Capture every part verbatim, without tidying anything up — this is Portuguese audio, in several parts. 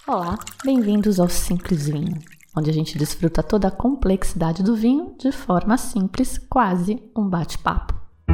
Olá, bem-vindos ao Simples Vinho, onde a gente desfruta toda a complexidade do vinho de forma simples, quase um bate-papo.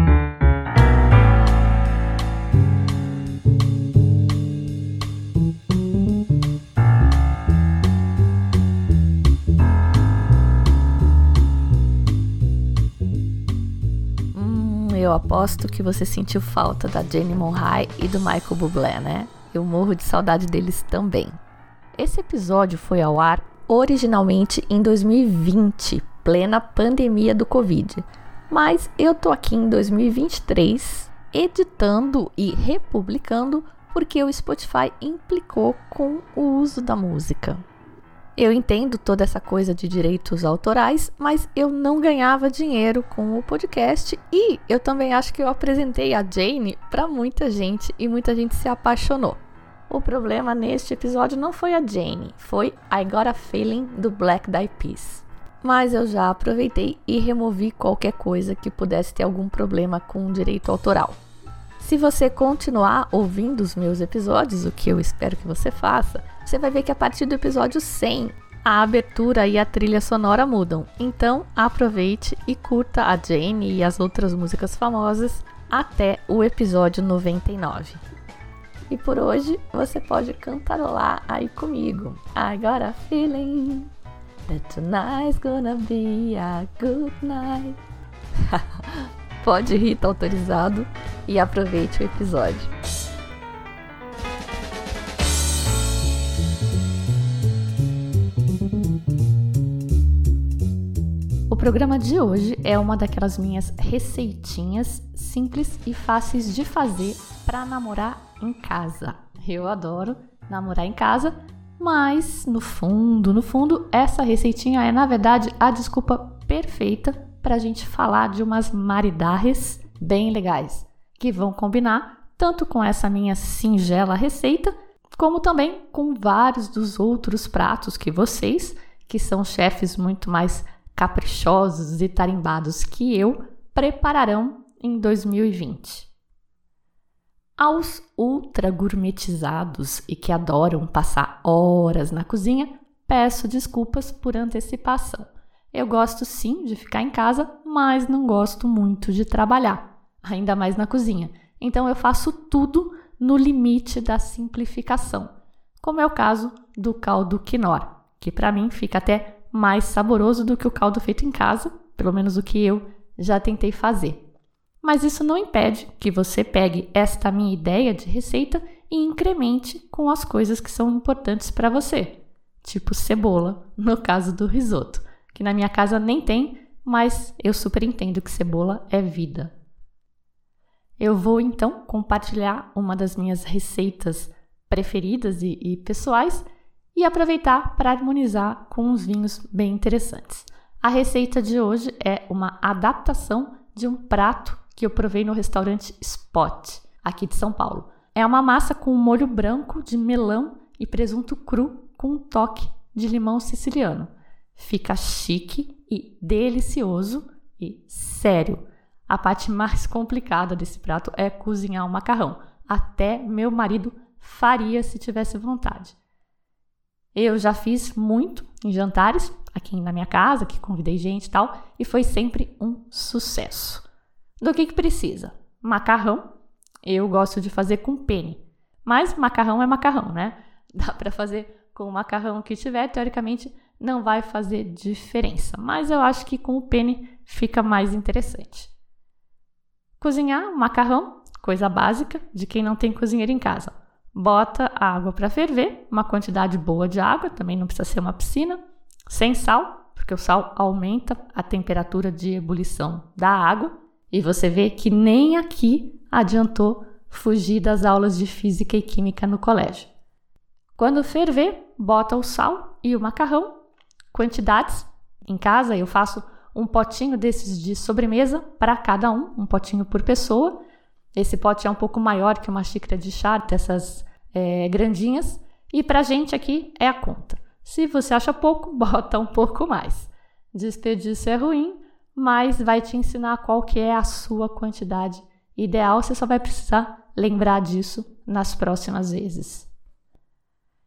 Hum, eu aposto que você sentiu falta da Janelle Monáe e do Michael Bublé, né? Eu morro de saudade deles também. Esse episódio foi ao ar originalmente em dois mil e vinte, plena pandemia do Covid. Mas eu tô aqui em dois mil e vinte e três editando e republicando porque o Spotify implicou com o uso da música. Eu entendo toda essa coisa de direitos autorais, mas eu não ganhava dinheiro com o podcast e eu também acho que eu apresentei a Jane para muita gente e muita gente se apaixonou. O problema neste episódio não foi a Jane, foi I Got a Feeling do Black Eyed Peas. Mas eu já aproveitei e removi qualquer coisa que pudesse ter algum problema com o direito autoral. Se você continuar ouvindo os meus episódios, o que eu espero que você faça, você vai ver que a partir do episódio cem, a abertura e a trilha sonora mudam. Então aproveite e curta a Jane e as outras músicas famosas até o episódio noventa e nove. E por hoje, você pode cantarolar aí comigo. I got a feeling that tonight's gonna be a good night. Pode rir, tá autorizado. E aproveite o episódio. O programa de hoje é uma daquelas minhas receitinhas simples e fáceis de fazer para namorar em casa. Eu adoro namorar em casa, mas no fundo, no fundo, essa receitinha é, na verdade, a desculpa perfeita para a gente falar de umas maridajes bem legais, que vão combinar tanto com essa minha singela receita, como também com vários dos outros pratos que vocês, que são chefes muito mais caprichosos e tarimbados que eu, prepararão em dois mil e vinte. Aos ultra gourmetizados e que adoram passar horas na cozinha, peço desculpas por antecipação. Eu gosto sim de ficar em casa, mas não gosto muito de trabalhar, ainda mais na cozinha. Então eu faço tudo no limite da simplificação, como é o caso do caldo quinoa, que para mim fica até mais saboroso do que o caldo feito em casa, pelo menos o que eu já tentei fazer. Mas isso não impede que você pegue esta minha ideia de receita e incremente com as coisas que são importantes para você, tipo cebola, no caso do risoto, que na minha casa nem tem, mas eu super entendo que cebola é vida. Eu vou então compartilhar uma das minhas receitas preferidas e, e pessoais e aproveitar para harmonizar com uns vinhos bem interessantes. A receita de hoje é uma adaptação de um prato que eu provei no restaurante Spot, aqui de São Paulo. É uma massa com um molho branco de melão e presunto cru com um toque de limão siciliano. Fica chique e delicioso e sério. A parte mais complicada desse prato é cozinhar o macarrão. Até meu marido faria se tivesse vontade. Eu já fiz muito em jantares aqui na minha casa, que convidei gente e tal, e foi sempre um sucesso. Do que que precisa? Macarrão. Eu gosto de fazer com penne. Mas macarrão é macarrão, né? Dá para fazer com o macarrão que tiver. Teoricamente, não vai fazer diferença. Mas eu acho que com o penne fica mais interessante. Cozinhar o macarrão, coisa básica de quem não tem cozinheiro em casa. Bota a água para ferver, uma quantidade boa de água, também não precisa ser uma piscina. Sem sal, porque o sal aumenta a temperatura de ebulição da água. E você vê que nem aqui adiantou fugir das aulas de física e química no colégio. Quando ferver, bota o sal e o macarrão. Quantidades. Em casa eu faço um potinho desses de sobremesa para cada um, um potinho por pessoa. Esse pote é um pouco maior que uma xícara de chá, dessas é, grandinhas. E para a gente aqui é a conta. Se você acha pouco, bota um pouco mais. Desperdício é ruim, mas vai te ensinar qual que é a sua quantidade ideal. Você só vai precisar lembrar disso nas próximas vezes.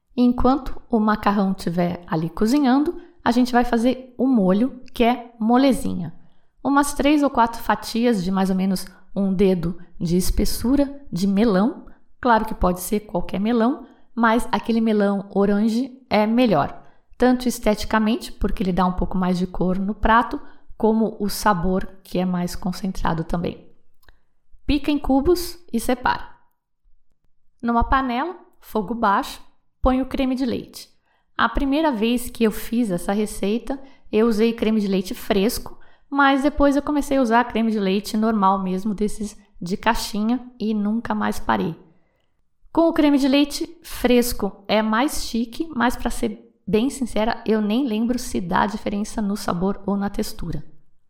Enquanto o macarrão estiver ali cozinhando, a gente vai fazer o molho, que é molezinha. Umas três ou quatro fatias de mais ou menos um dedo de espessura de melão. Claro que pode ser qualquer melão, mas aquele melão orange é melhor. Tanto esteticamente, porque ele dá um pouco mais de cor no prato, como o sabor, que é mais concentrado também. Pica em cubos e separa. Numa panela, fogo baixo, põe o creme de leite. A primeira vez que eu fiz essa receita, eu usei creme de leite fresco, mas depois eu comecei a usar creme de leite normal mesmo, desses de caixinha, e nunca mais parei. Com o creme de leite fresco é mais chique, mas para ser bem sincera, eu nem lembro se dá diferença no sabor ou na textura.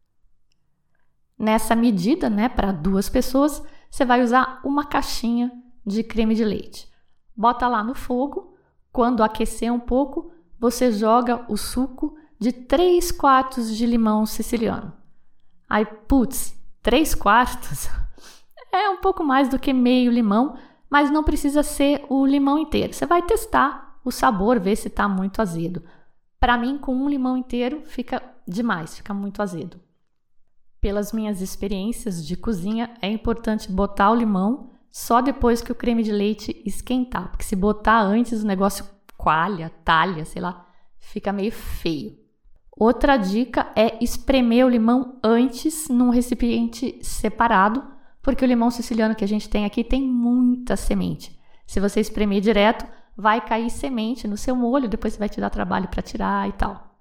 Nessa medida, né, para duas pessoas, você vai usar uma caixinha de creme de leite. Bota lá no fogo. Quando aquecer um pouco, você joga o suco de três quartos de limão siciliano. Aí, putz, três quartos é um pouco mais do que meio limão, mas não precisa ser o limão inteiro. Você vai testar o sabor, ver se está muito azedo. Para mim, com um limão inteiro, fica demais, fica muito azedo. Pelas minhas experiências de cozinha, é importante botar o limão só depois que o creme de leite esquentar, porque se botar antes o negócio coalha, talha, sei lá, fica meio feio. Outra dica é espremer o limão antes num recipiente separado, porque o limão siciliano que a gente tem aqui tem muita semente. Se você espremer direto, vai cair semente no seu molho, depois vai te dar trabalho para tirar e tal.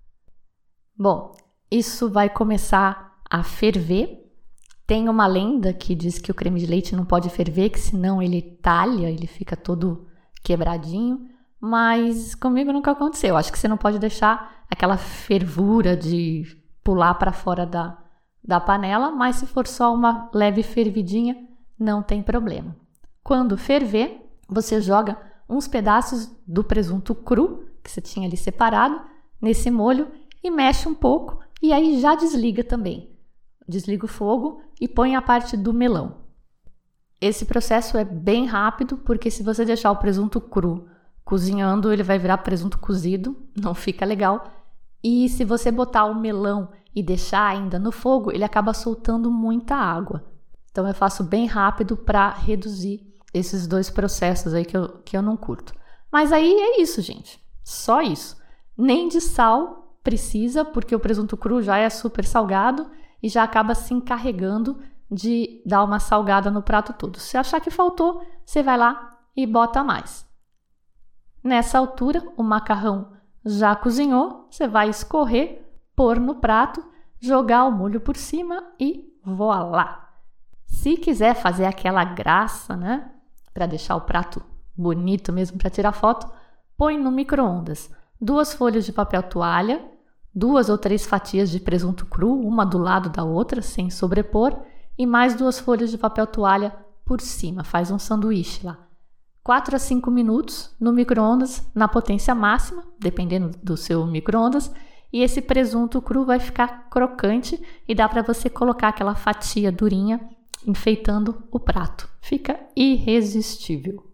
Bom, isso vai começar a ferver. Tem uma lenda que diz que o creme de leite não pode ferver, que senão ele talha, ele fica todo quebradinho, mas comigo nunca aconteceu. Acho que você não pode deixar aquela fervura de pular para fora da, da panela, mas se for só uma leve fervidinha, não tem problema. Quando ferver, você joga uns pedaços do presunto cru, que você tinha ali separado, nesse molho e mexe um pouco, e aí já desliga também. Desliga o fogo e põe a parte do melão. Esse processo é bem rápido, porque se você deixar o presunto cru cozinhando, ele vai virar presunto cozido, não fica legal. E se você botar o melão e deixar ainda no fogo, ele acaba soltando muita água. Então eu faço bem rápido para reduzir esses dois processos aí que eu, que eu não curto. Mas aí é isso, gente. Só isso. Nem de sal precisa, porque o presunto cru já é super salgado e já acaba se encarregando de dar uma salgada no prato todo. Se achar que faltou, você vai lá e bota mais. Nessa altura, o macarrão já cozinhou, você vai escorrer, pôr no prato, jogar o molho por cima e voilá! Se quiser fazer aquela graça, né, para deixar o prato bonito mesmo para tirar foto, põe no micro-ondas duas folhas de papel toalha, duas ou três fatias de presunto cru, uma do lado da outra, sem sobrepor, e mais duas folhas de papel toalha por cima. Faz um sanduíche lá. quatro a cinco minutos no micro-ondas, na potência máxima, dependendo do seu micro-ondas, e esse presunto cru vai ficar crocante e dá para você colocar aquela fatia durinha enfeitando o prato. Fica irresistível.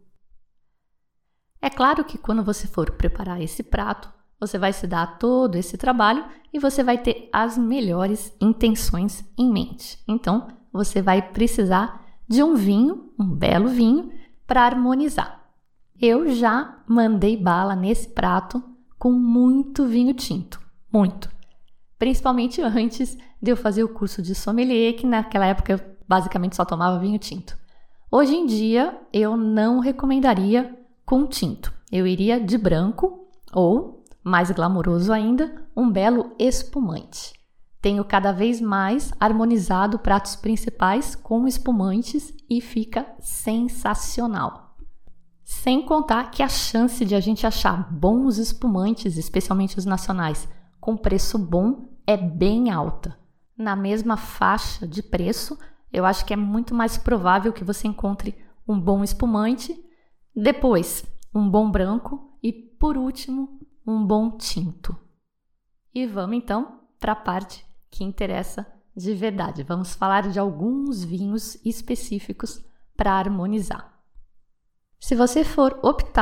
É claro que quando você for preparar esse prato, você vai se dar todo esse trabalho e você vai ter as melhores intenções em mente. Então, você vai precisar de um vinho, um belo vinho, para harmonizar. Eu já mandei bala nesse prato com muito vinho tinto, muito. Principalmente antes de eu fazer o curso de sommelier, que naquela época eu basicamente só tomava vinho tinto. Hoje em dia, eu não recomendaria com tinto. Eu iria de branco ou, mais glamouroso ainda, um belo espumante. Tenho cada vez mais harmonizado pratos principais com espumantes e fica sensacional. Sem contar que a chance de a gente achar bons espumantes, especialmente os nacionais, com preço bom é bem alta. Na mesma faixa de preço, eu acho que é muito mais provável que você encontre um bom espumante, depois um bom branco e, por último, um bom tinto. E vamos então para a parte que interessa de verdade. Vamos falar de alguns vinhos específicos para harmonizar. Se você for optar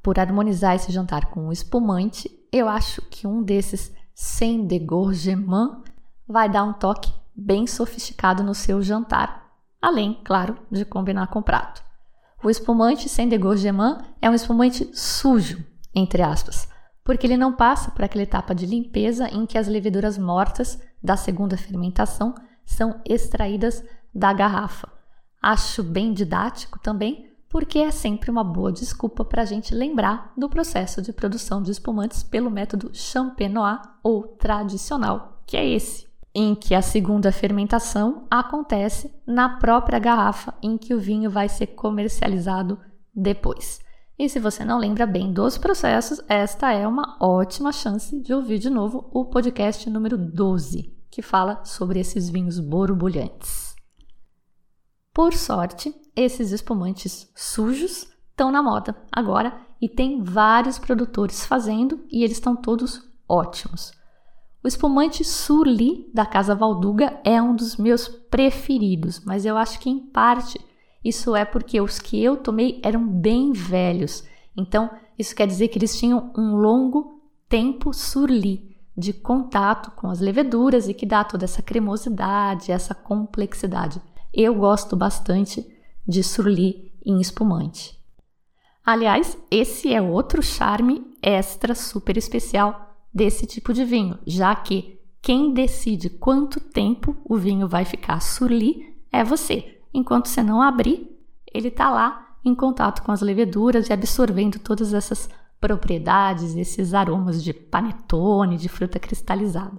por harmonizar esse jantar com um espumante, eu acho que um desses sem dégorgement vai dar um toque bem sofisticado no seu jantar, além, claro, de combinar com o prato. O espumante sem dégorgement é um espumante sujo, entre aspas, porque ele não passa por aquela etapa de limpeza em que as leveduras mortas da segunda fermentação são extraídas da garrafa. Acho bem didático também, porque é sempre uma boa desculpa para a gente lembrar do processo de produção de espumantes pelo método champenois ou tradicional, que é esse, em que a segunda fermentação acontece na própria garrafa em que o vinho vai ser comercializado depois. E se você não lembra bem dos processos, esta é uma ótima chance de ouvir de novo o podcast número doze, que fala sobre esses vinhos borbulhantes. Por sorte, esses espumantes sujos estão na moda agora e tem vários produtores fazendo e eles estão todos ótimos. O espumante Surly da Casa Valduga é um dos meus preferidos, mas eu acho que em parte isso é porque os que eu tomei eram bem velhos. Então, isso quer dizer que eles tinham um longo tempo Surly de contato com as leveduras e que dá toda essa cremosidade, essa complexidade. Eu gosto bastante de Surly em espumante. Aliás, esse é outro charme extra super especial desse tipo de vinho, já que quem decide quanto tempo o vinho vai ficar Surly é você. Enquanto você não abrir, ele está lá em contato com as leveduras e absorvendo todas essas propriedades, esses aromas de panetone, de fruta cristalizada.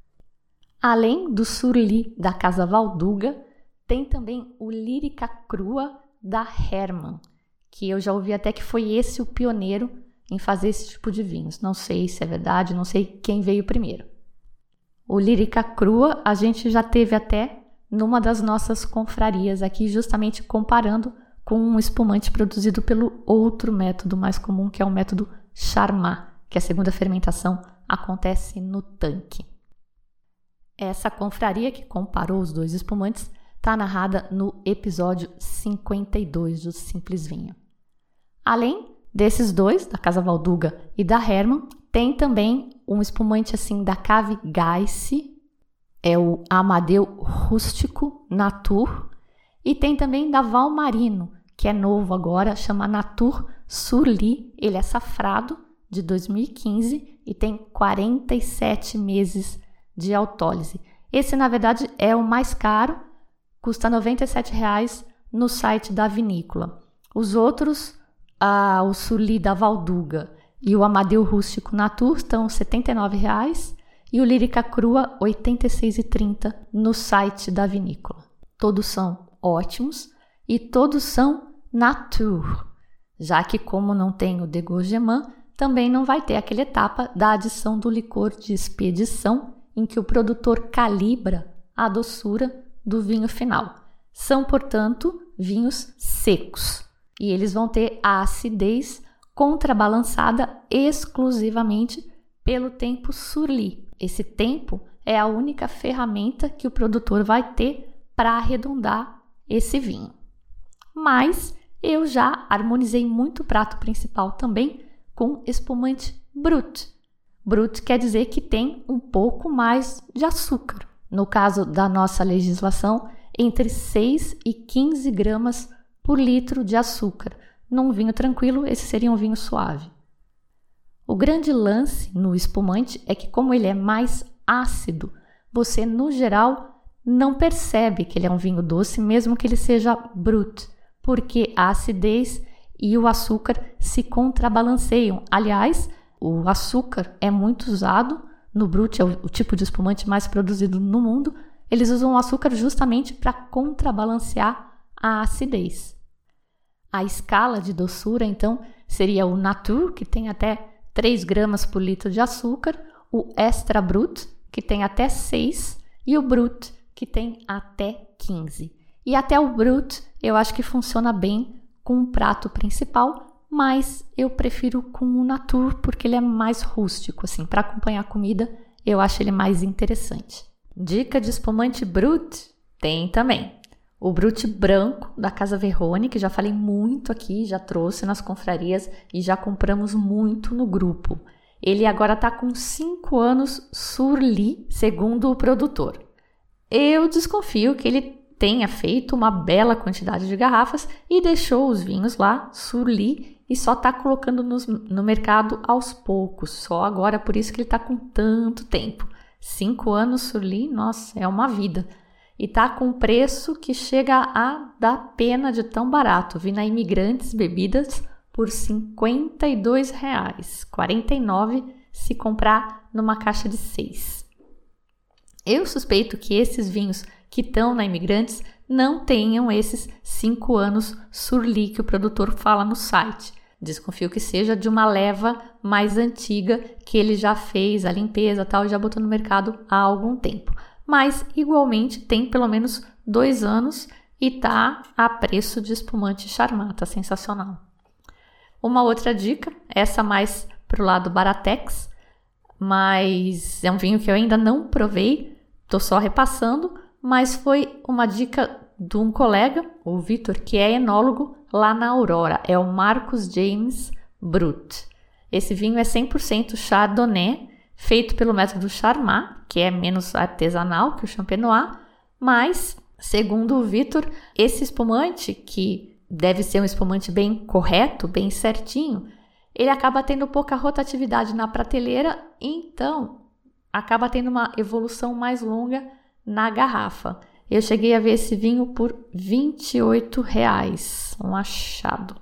Além do Surly da Casa Valduga, tem também o Lírica Crua da Hermann, que eu já ouvi até que foi esse o pioneiro em fazer esse tipo de vinhos. Não sei se é verdade, não sei quem veio primeiro. O Lírica Crua a gente já teve até numa das nossas confrarias aqui, justamente comparando com um espumante produzido pelo outro método mais comum, que é o método Charmat, que a segunda fermentação acontece no tanque. Essa confraria que comparou os dois espumantes está narrada no episódio cinquenta e dois do Simples Vinho. Além desses dois, da Casa Valduga e da Hermann, tem também um espumante assim da Cave Geiss, é o Amadeu Rústico Natur, e tem também da Valmarino, que é novo agora, chama Natur Surly, ele é safrado, de dois mil e quinze e tem quarenta e sete meses de autólise. Esse, na verdade, é o mais caro, custa noventa e sete reais no site da vinícola. Os outros, ah, o Surly da Valduga e o Amadeu Rústico Natur, estão setenta e nove reais, e o Lírica Crua, oitenta e seis reais e trinta centavos no site da vinícola. Todos são ótimos e todos são nature, já que como não tem o dégorgement, também não vai ter aquela etapa da adição do licor de expedição em que o produtor calibra a doçura do vinho final. São, portanto, vinhos secos e eles vão ter a acidez contrabalançada exclusivamente pelo tempo Surly. Esse tempo é a única ferramenta que o produtor vai ter para arredondar esse vinho. Mas eu já harmonizei muito o prato principal também com espumante brut. Brut quer dizer que tem um pouco mais de açúcar. No caso da nossa legislação, entre seis e quinze gramas por litro de açúcar. Num vinho tranquilo, esse seria um vinho suave. O grande lance no espumante é que, como ele é mais ácido, você, no geral, não percebe que ele é um vinho doce, mesmo que ele seja brut, porque a acidez e o açúcar se contrabalanceiam. Aliás, o açúcar é muito usado no brut, é o, o tipo de espumante mais produzido no mundo. Eles usam o açúcar justamente para contrabalancear a acidez. A escala de doçura, então, seria o Natur, que tem até três gramas por litro de açúcar, o Extra Brut, que tem até seis, e o Brut, que tem até quinze. E até o Brut eu acho que funciona bem com o prato principal, mas eu prefiro com o Natur porque ele é mais rústico, assim, para acompanhar a comida eu acho ele mais interessante. Dica de espumante Brut? Tem também. O Brut branco da Casa Verrone, que já falei muito aqui, já trouxe nas confrarias e já compramos muito no grupo. Ele agora está com cinco anos Surli, segundo o produtor. Eu desconfio que ele tenha feito uma bela quantidade de garrafas e deixou os vinhos lá, Surli, e só está colocando nos, no mercado aos poucos. Só agora, por isso que ele está com tanto tempo. Cinco anos Surli, nossa, é uma vida. E tá com um preço que chega a dar pena de tão barato. Vi na Imigrantes Bebidas por cinquenta e dois reais, quarenta e nove reais se comprar numa caixa de seis. Eu suspeito que esses vinhos que estão na Imigrantes não tenham esses cinco anos Surli que o produtor fala no site. Desconfio que seja de uma leva mais antiga que ele já fez a limpeza e tal, já botou no mercado há algum tempo. Mas igualmente tem pelo menos dois anos e tá a preço de espumante Charmat, tá sensacional. Uma outra dica, essa mais pro lado Baratex, mas é um vinho que eu ainda não provei, tô só repassando, mas foi uma dica de um colega, o Vitor, que é enólogo lá na Aurora, é o Marcos James Brut. Esse vinho é cem por cento Chardonnay, feito pelo método Charmat, que é menos artesanal que o Champenois, mas, segundo o Vitor, esse espumante, que deve ser um espumante bem correto, bem certinho, ele acaba tendo pouca rotatividade na prateleira, então acaba tendo uma evolução mais longa na garrafa. Eu cheguei a ver esse vinho por vinte e oito reais, um achado.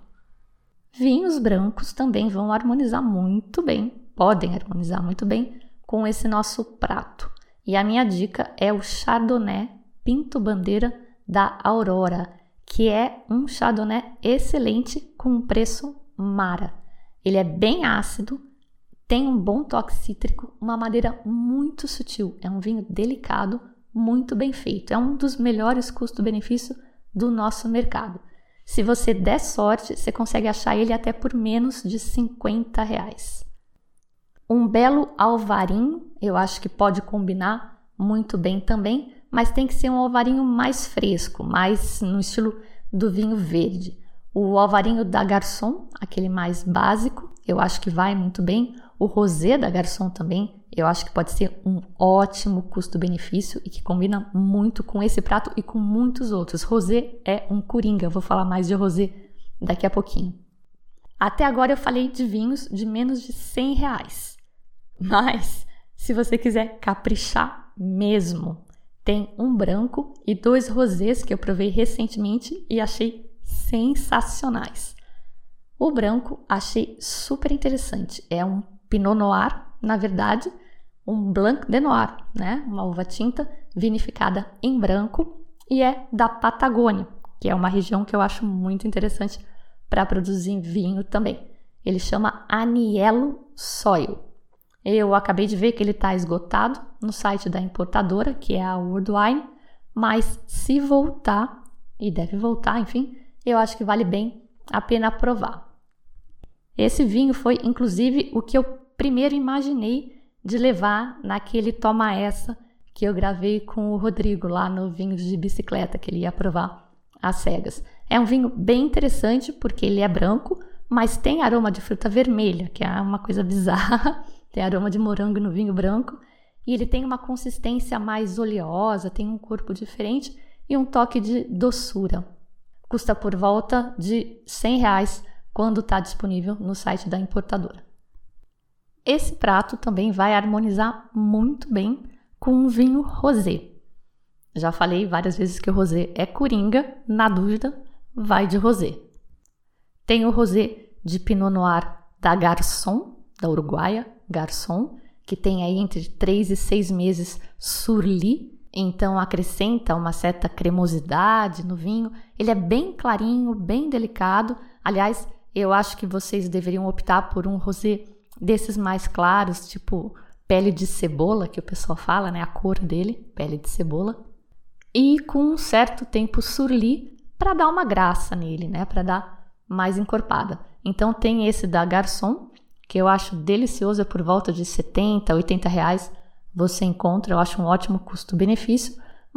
Vinhos brancos também vão harmonizar muito bem, podem harmonizar muito bem com esse nosso prato. E a minha dica é o Chardonnay Pinto Bandeira da Aurora, que é um Chardonnay excelente com um preço mara. Ele é bem ácido, tem um bom toque cítrico, uma madeira muito sutil. É um vinho delicado, muito bem feito. É um dos melhores custo-benefício do nosso mercado. Se você der sorte, você consegue achar ele até por menos de cinquenta reais. Um belo alvarinho, eu acho que pode combinar muito bem também, mas tem que ser um alvarinho mais fresco, mais no estilo do vinho verde. O alvarinho da Garçon, aquele mais básico, eu acho que vai muito bem. O rosé da Garçon também, eu acho que pode ser um ótimo custo-benefício e que combina muito com esse prato e com muitos outros. Rosé é um coringa, vou falar mais de rosé daqui a pouquinho. Até agora eu falei de vinhos de menos de cem reais. Mas, se você quiser caprichar mesmo, tem um branco e dois rosés que eu provei recentemente e achei sensacionais. O branco achei super interessante. É um Pinot Noir, na verdade, um Blanc de Noir, né? Uma uva tinta vinificada em branco e é da Patagônia, que é uma região que eu acho muito interessante para produzir vinho também. Ele chama Aniello Soil. Eu acabei de ver que ele está esgotado no site da importadora, que é a World Wine, mas se voltar, e deve voltar, enfim, eu acho que vale bem a pena provar. Esse vinho foi, inclusive, o que eu primeiro imaginei de levar naquele Toma Essa que eu gravei com o Rodrigo lá no Vinhos de Bicicleta, que ele ia provar às cegas. É um vinho bem interessante porque ele é branco, mas tem aroma de fruta vermelha, que é uma coisa bizarra. Tem aroma de morango no vinho branco e ele tem uma consistência mais oleosa, tem um corpo diferente e um toque de doçura. Custa por volta de cem reais quando está disponível no site da importadora. Esse prato também vai harmonizar muito bem com um vinho rosé. Já falei várias vezes que o rosé é coringa, na dúvida, vai de rosé. Tem o rosé de Pinot Noir da Garçon, da Uruguaia, Garçon, que tem aí entre três e seis meses Surli, então acrescenta uma certa cremosidade no vinho. Ele é bem clarinho, bem delicado. Aliás, eu acho que vocês deveriam optar por um rosé desses mais claros, tipo pele de cebola, que o pessoal fala, né? A cor dele, pele de cebola. E com um certo tempo Surli para dar uma graça nele, né? Para dar mais encorpada. Então tem esse da Garçon, que eu acho delicioso, é por volta de setenta, oitenta reais você encontra, eu acho um ótimo custo-benefício,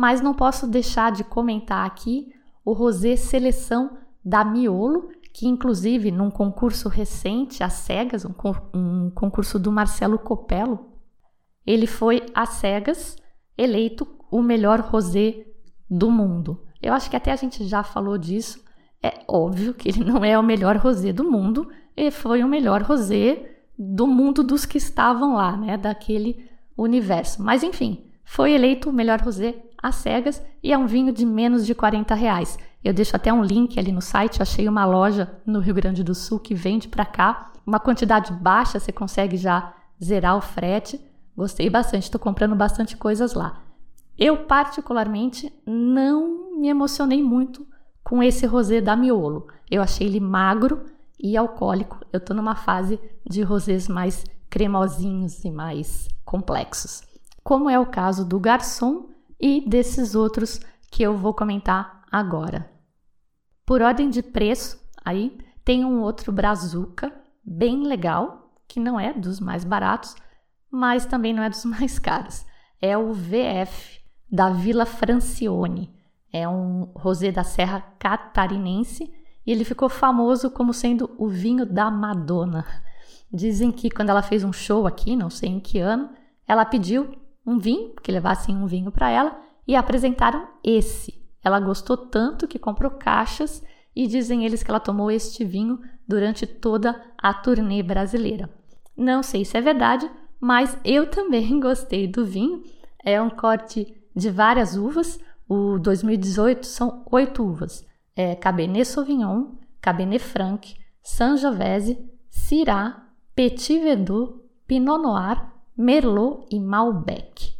mas não posso deixar de comentar aqui o rosé seleção da Miolo, que inclusive num concurso recente, às cegas, um, um concurso do Marcelo Copello, ele foi às cegas eleito o melhor rosé do mundo. Eu acho que até a gente já falou disso. É óbvio que ele não é o melhor rosé do mundo, ele foi o melhor rosé do mundo dos que estavam lá, né, daquele universo. Mas enfim, foi eleito o melhor rosé às cegas e é um vinho de menos de quarenta reais. Eu deixo até um link ali no site, eu achei uma loja no Rio Grande do Sul que vende para cá, uma quantidade baixa, você consegue já zerar o frete. Gostei bastante, estou comprando bastante coisas lá. Eu particularmente não me emocionei muito com esse rosé da Miolo. Eu achei ele magro e alcoólico. Eu estou numa fase de rosés mais cremosinhos e mais complexos, como é o caso do Garçom e desses outros que eu vou comentar agora. Por ordem de preço, aí tem um outro Brazuca bem legal, que não é dos mais baratos, mas também não é dos mais caros. É o V F da Vila Francione. É um rosé da Serra Catarinense e ele ficou famoso como sendo o vinho da Madonna. Dizem que quando ela fez um show aqui, não sei em que ano, ela pediu um vinho, que levassem um vinho para ela, e apresentaram esse. Ela gostou tanto que comprou caixas e dizem eles que ela tomou este vinho durante toda a turnê brasileira. Não sei se é verdade, mas eu também gostei do vinho. É um corte de várias uvas. O dois mil e dezoito são oito uvas. É Cabernet Sauvignon, Cabernet Franc, Sangiovese, Syrah, Petit Verdot, Pinot Noir, Merlot e Malbec.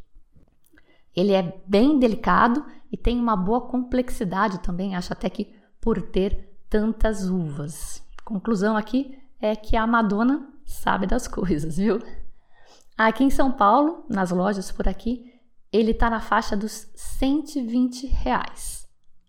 Ele é bem delicado e tem uma boa complexidade também, acho até que por ter tantas uvas. Conclusão aqui é que a Madonna sabe das coisas, viu? Aqui em São Paulo, nas lojas por aqui, ele está na faixa dos cento e vinte reais.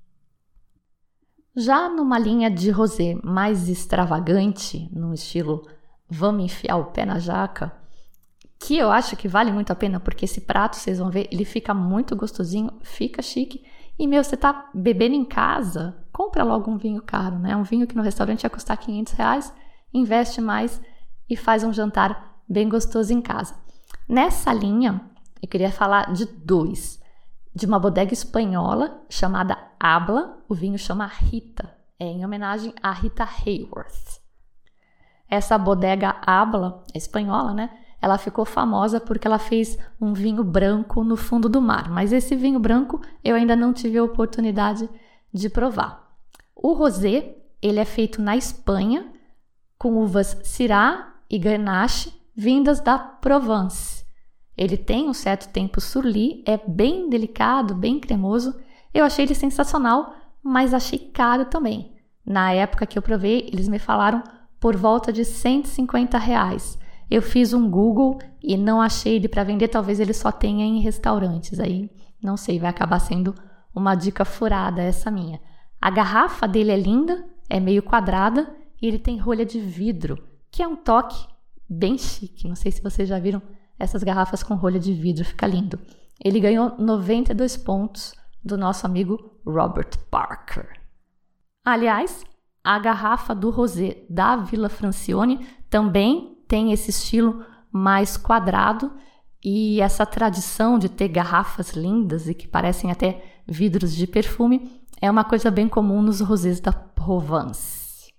Já numa linha de rosé mais extravagante, no estilo vamos enfiar o pé na jaca, que eu acho que vale muito a pena, porque esse prato, vocês vão ver, ele fica muito gostosinho, fica chique. E, meu, você tá bebendo em casa, compra logo um vinho caro, né? Um vinho que no restaurante ia custar quinhentos reais, investe mais e faz um jantar bem gostoso em casa. Nessa linha, eu queria falar de dois. De uma bodega espanhola chamada Abla, o vinho chama Rita, é em homenagem a Rita Hayworth. Essa bodega Abla, é espanhola, né? Ela ficou famosa porque ela fez um vinho branco no fundo do mar. Mas esse vinho branco eu ainda não tive a oportunidade de provar. O rosé, ele é feito na Espanha com uvas Syrah e Grenache vindas da Provence. Ele tem um certo tempo surli, é bem delicado, bem cremoso. Eu achei ele sensacional, mas achei caro também. Na época que eu provei, eles me falaram por volta de cento e cinquenta reais. Eu fiz um Google e não achei ele para vender, talvez ele só tenha em restaurantes. Aí, não sei, vai acabar sendo uma dica furada essa minha. A garrafa dele é linda, é meio quadrada e ele tem rolha de vidro, que é um toque bem chique. Não sei se vocês já viram essas garrafas com rolha de vidro, fica lindo. Ele ganhou noventa e dois pontos do nosso amigo Robert Parker. Aliás, a garrafa do rosé da Vila Francione também tem esse estilo mais quadrado e essa tradição de ter garrafas lindas e que parecem até vidros de perfume é uma coisa bem comum nos rosés da Provence.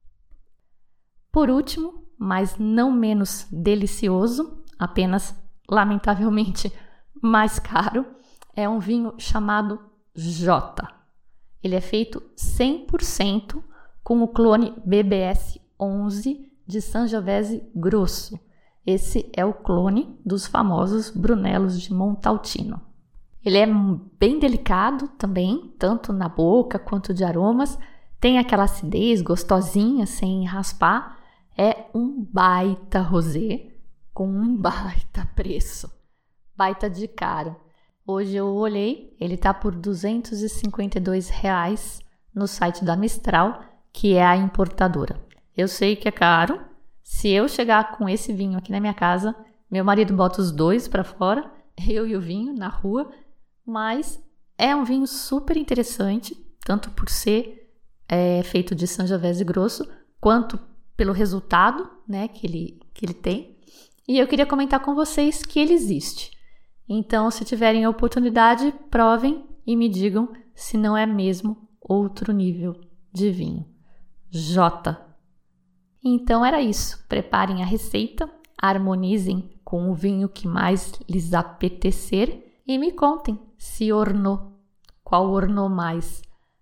Por último, mas não menos delicioso, apenas lamentavelmente mais caro, é um vinho chamado Jota. Ele é feito cem por cento com o clone B B S onze de Sangiovese Grosso. Esse é o clone dos famosos Brunelos de Montalcino. Ele é bem delicado também, tanto na boca quanto de aromas. Tem aquela acidez gostosinha, sem raspar. É um baita rosé com um baita preço. Baita de caro. Hoje eu olhei, ele está por duzentos e cinquenta e dois reais no site da Mistral, que é a importadora. Eu sei que é caro. Se eu chegar com esse vinho aqui na minha casa, meu marido bota os dois para fora, eu e o vinho na rua, mas É um vinho super interessante, tanto por ser é, feito de Sangiovese grosso, quanto pelo resultado, né, que ele, que ele tem. E eu queria comentar com vocês que ele existe. Então, se tiverem a oportunidade, provem e me digam se não é mesmo outro nível de vinho. J. Então era isso. Preparem a receita, harmonizem com o vinho que mais lhes apetecer e me contem se ornou. Qual ornou mais?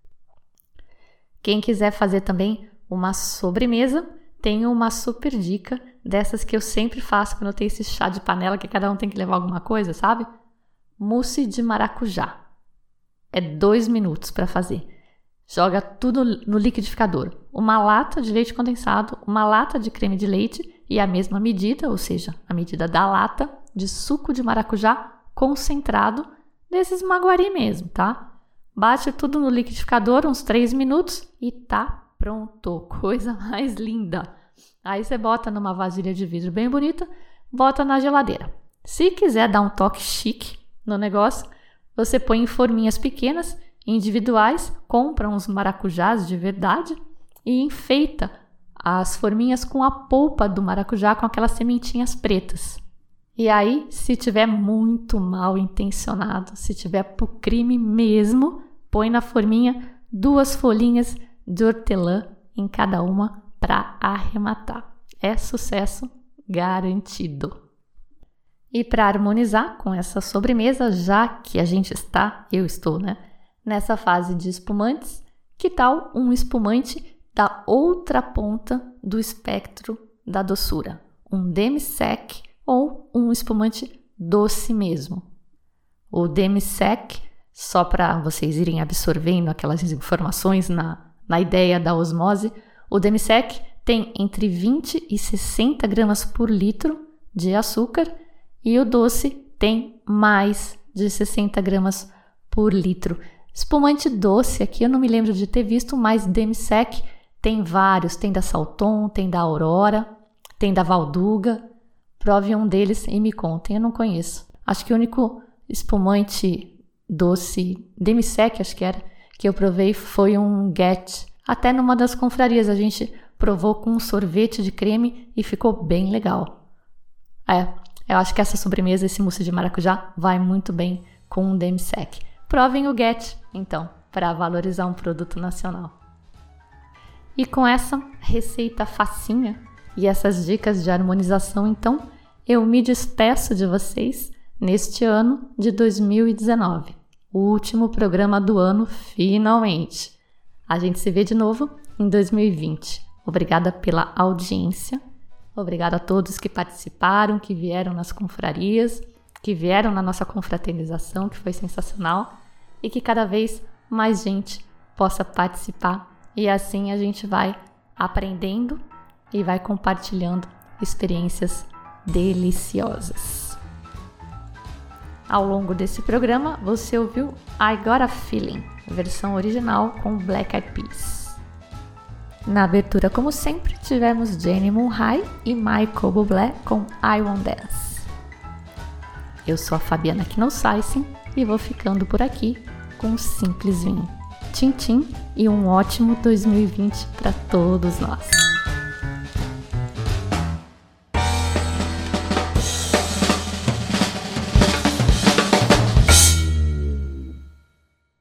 Quem quiser fazer também uma sobremesa, tenho uma super dica dessas que eu sempre faço quando eu tenho esse chá de panela que cada um tem que levar alguma coisa, sabe? Mousse de maracujá. É dois minutos para fazer. Joga tudo no liquidificador. Uma lata de leite condensado, uma lata de creme de leite e a mesma medida, ou seja, a medida da lata de suco de maracujá concentrado, desses maguari mesmo, tá? Bate tudo no liquidificador uns três minutos e tá pronto. Coisa mais linda. Aí você bota numa vasilha de vidro bem bonita, bota na geladeira. Se quiser dar um toque chique no negócio, você põe em forminhas pequenas, individuais, compra uns maracujás de verdade e enfeita as forminhas com a polpa do maracujá, com aquelas sementinhas pretas. E aí, se tiver muito mal intencionado, se tiver pro crime mesmo, põe na forminha duas folhinhas de hortelã em cada uma para arrematar. É sucesso garantido. E para harmonizar com essa sobremesa, já que a gente está, eu estou, né, nessa fase de espumantes, que tal um espumante da outra ponta do espectro da doçura? Um demi-sec ou um espumante doce mesmo. O demi-sec, só para vocês irem absorvendo aquelas informações na, na ideia da osmose, o demi-sec tem entre vinte e sessenta gramas por litro de açúcar e o doce tem mais de sessenta gramas por litro. Espumante doce, aqui eu não me lembro de ter visto, mas demi-sec tem vários, tem da Salton, tem da Aurora, tem da Valduga. Prove um deles e me contem, eu não conheço. Acho que o único espumante doce demi-sec, acho que era, que eu provei foi um Get. Até numa das confrarias a gente provou com um sorvete de creme e ficou bem legal. É, eu acho que essa sobremesa, esse mousse de maracujá, vai muito bem com um demi-sec. Provem o Get, então, para valorizar um produto nacional. E com essa receita facinha e essas dicas de harmonização, então, eu me despeço de vocês neste ano de dois mil e dezenove. O último programa do ano, finalmente. A gente se vê de novo em dois mil e vinte. Obrigada pela audiência. Obrigada a todos que participaram, que vieram nas confrarias, que vieram na nossa confraternização, que foi sensacional. E que cada vez mais gente possa participar. E assim a gente vai aprendendo e vai compartilhando experiências deliciosas. Ao longo desse programa, você ouviu I Got a Feeling, versão original com Black Eyed Peas. Na abertura, como sempre, tivemos Jenny Monhai e Michael Bublé com I Won't Dance. Eu sou a Fabiana Knossaisen e vou ficando por aqui com um simples vinho. Tchim, tchim e um ótimo dois mil e vinte para todos nós.